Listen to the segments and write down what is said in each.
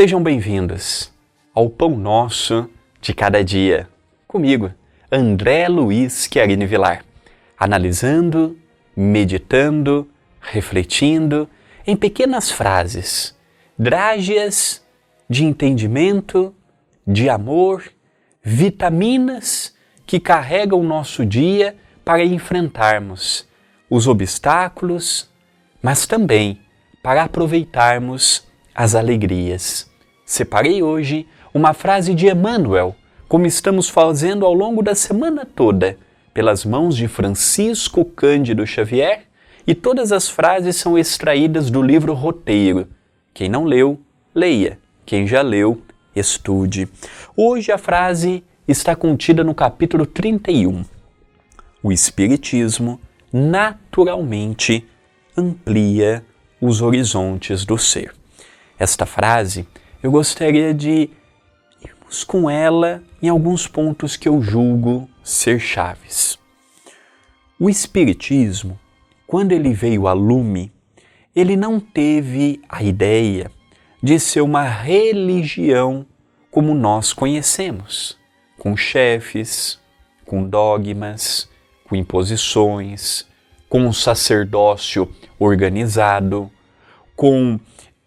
Sejam bem-vindos ao Pão Nosso de Cada Dia. Comigo, André Luiz Chiarini Vilar, analisando, meditando, refletindo em pequenas frases, drágeas de entendimento, de amor, vitaminas que carregam o nosso dia para enfrentarmos os obstáculos, mas também para aproveitarmos as alegrias. Separei hoje uma frase de Emmanuel, como estamos fazendo ao longo da semana toda, pelas mãos de Francisco Cândido Xavier, e todas as frases são extraídas do livro Roteiro. Quem não leu, leia. Quem já leu, estude. Hoje a frase está contida no capítulo 31. O Espiritismo naturalmente amplia os horizontes do ser. Esta frase, eu gostaria de irmos com ela em alguns pontos que eu julgo ser chaves. O Espiritismo, quando ele veio a lume, ele não teve a ideia de ser uma religião como nós conhecemos, com chefes, com dogmas, com imposições, com um sacerdócio organizado, com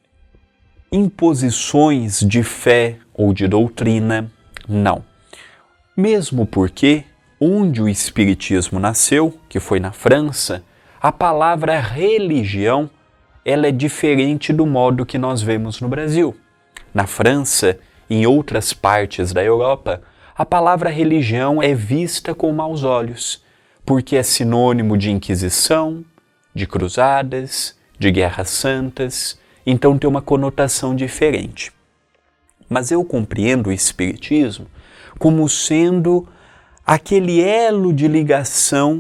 imposições de fé ou de doutrina. Não. Mesmo porque, onde o Espiritismo nasceu, que foi na França, a palavra religião ela é diferente do modo que nós vemos no Brasil. Na França e em outras partes da Europa, a palavra religião é vista com maus olhos, porque é sinônimo de inquisição, de cruzadas, de guerras santas, então tem uma conotação diferente. Mas eu compreendo o Espiritismo como sendo aquele elo de ligação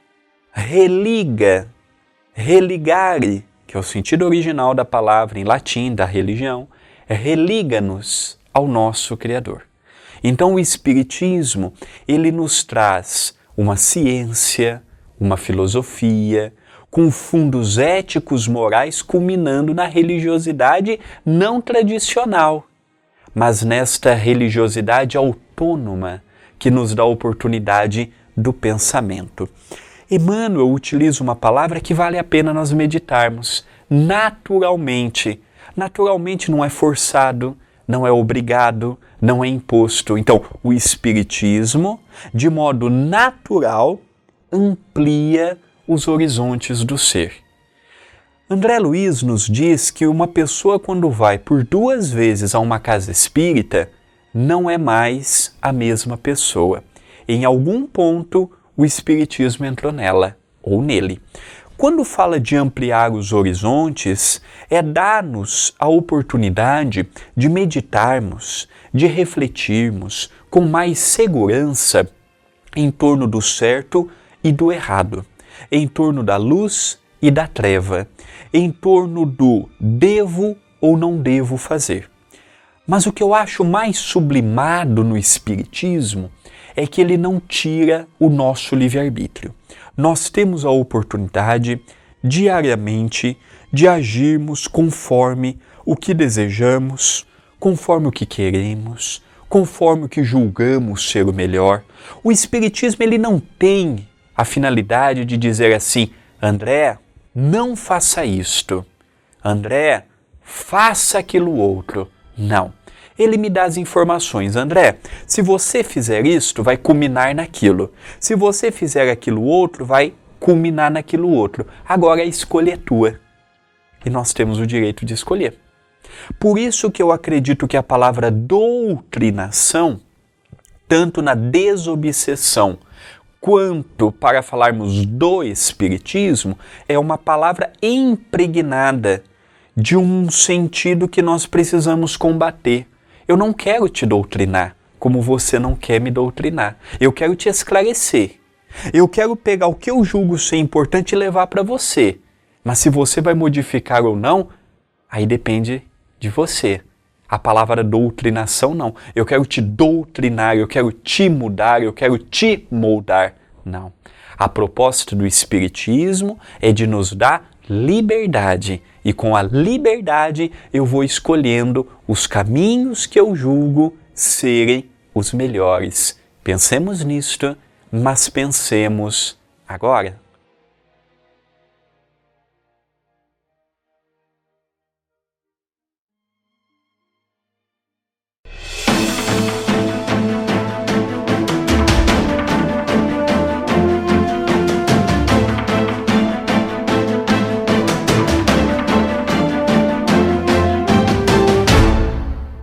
religare, que é o sentido original da palavra em latim, da religião, religa-nos ao nosso Criador. Então o Espiritismo, ele nos traz uma ciência, uma filosofia, com fundos éticos morais culminando na religiosidade não tradicional, mas nesta religiosidade autônoma que nos dá a oportunidade do pensamento. Emmanuel utiliza uma palavra que vale a pena nós meditarmos. Naturalmente. Naturalmente não é forçado, não é obrigado, não é imposto. Então, o Espiritismo, de modo natural, amplia os horizontes do ser. André Luiz nos diz que uma pessoa, quando vai por 2 vezes a uma casa espírita, não é mais a mesma pessoa. Em algum ponto, o Espiritismo entrou nela ou nele. Quando fala de ampliar os horizontes, é dar-nos a oportunidade de meditarmos, de refletirmos com mais segurança em torno do certo e do errado, em torno da luz e da treva, em torno do devo ou não devo fazer. Mas o que eu acho mais sublimado no Espiritismo é que ele não tira o nosso livre-arbítrio. Nós temos a oportunidade, diariamente, de agirmos conforme o que desejamos, conforme o que queremos, conforme o que julgamos ser o melhor. O Espiritismo ele não tem a finalidade de dizer assim: André, não faça isto. André, faça aquilo outro. Não. Ele me dá as informações. André, se você fizer isto, vai culminar naquilo. Se você fizer aquilo outro, vai culminar naquilo outro. Agora a escolha é tua. E nós temos o direito de escolher. Por isso que eu acredito que a palavra doutrinação, tanto na desobsessão quanto para falarmos do Espiritismo, é uma palavra impregnada de um sentido que nós precisamos combater. Eu não quero te doutrinar, como você não quer me doutrinar. Eu quero te esclarecer. Eu quero pegar o que eu julgo ser importante e levar para você. Mas se você vai modificar ou não, aí depende de você. A palavra doutrinação não. Eu quero te doutrinar, eu quero te mudar, eu quero te moldar. Não. A proposta do Espiritismo é de nos dar liberdade. E com a liberdade eu vou escolhendo os caminhos que eu julgo serem os melhores. Pensemos nisto, mas pensemos agora.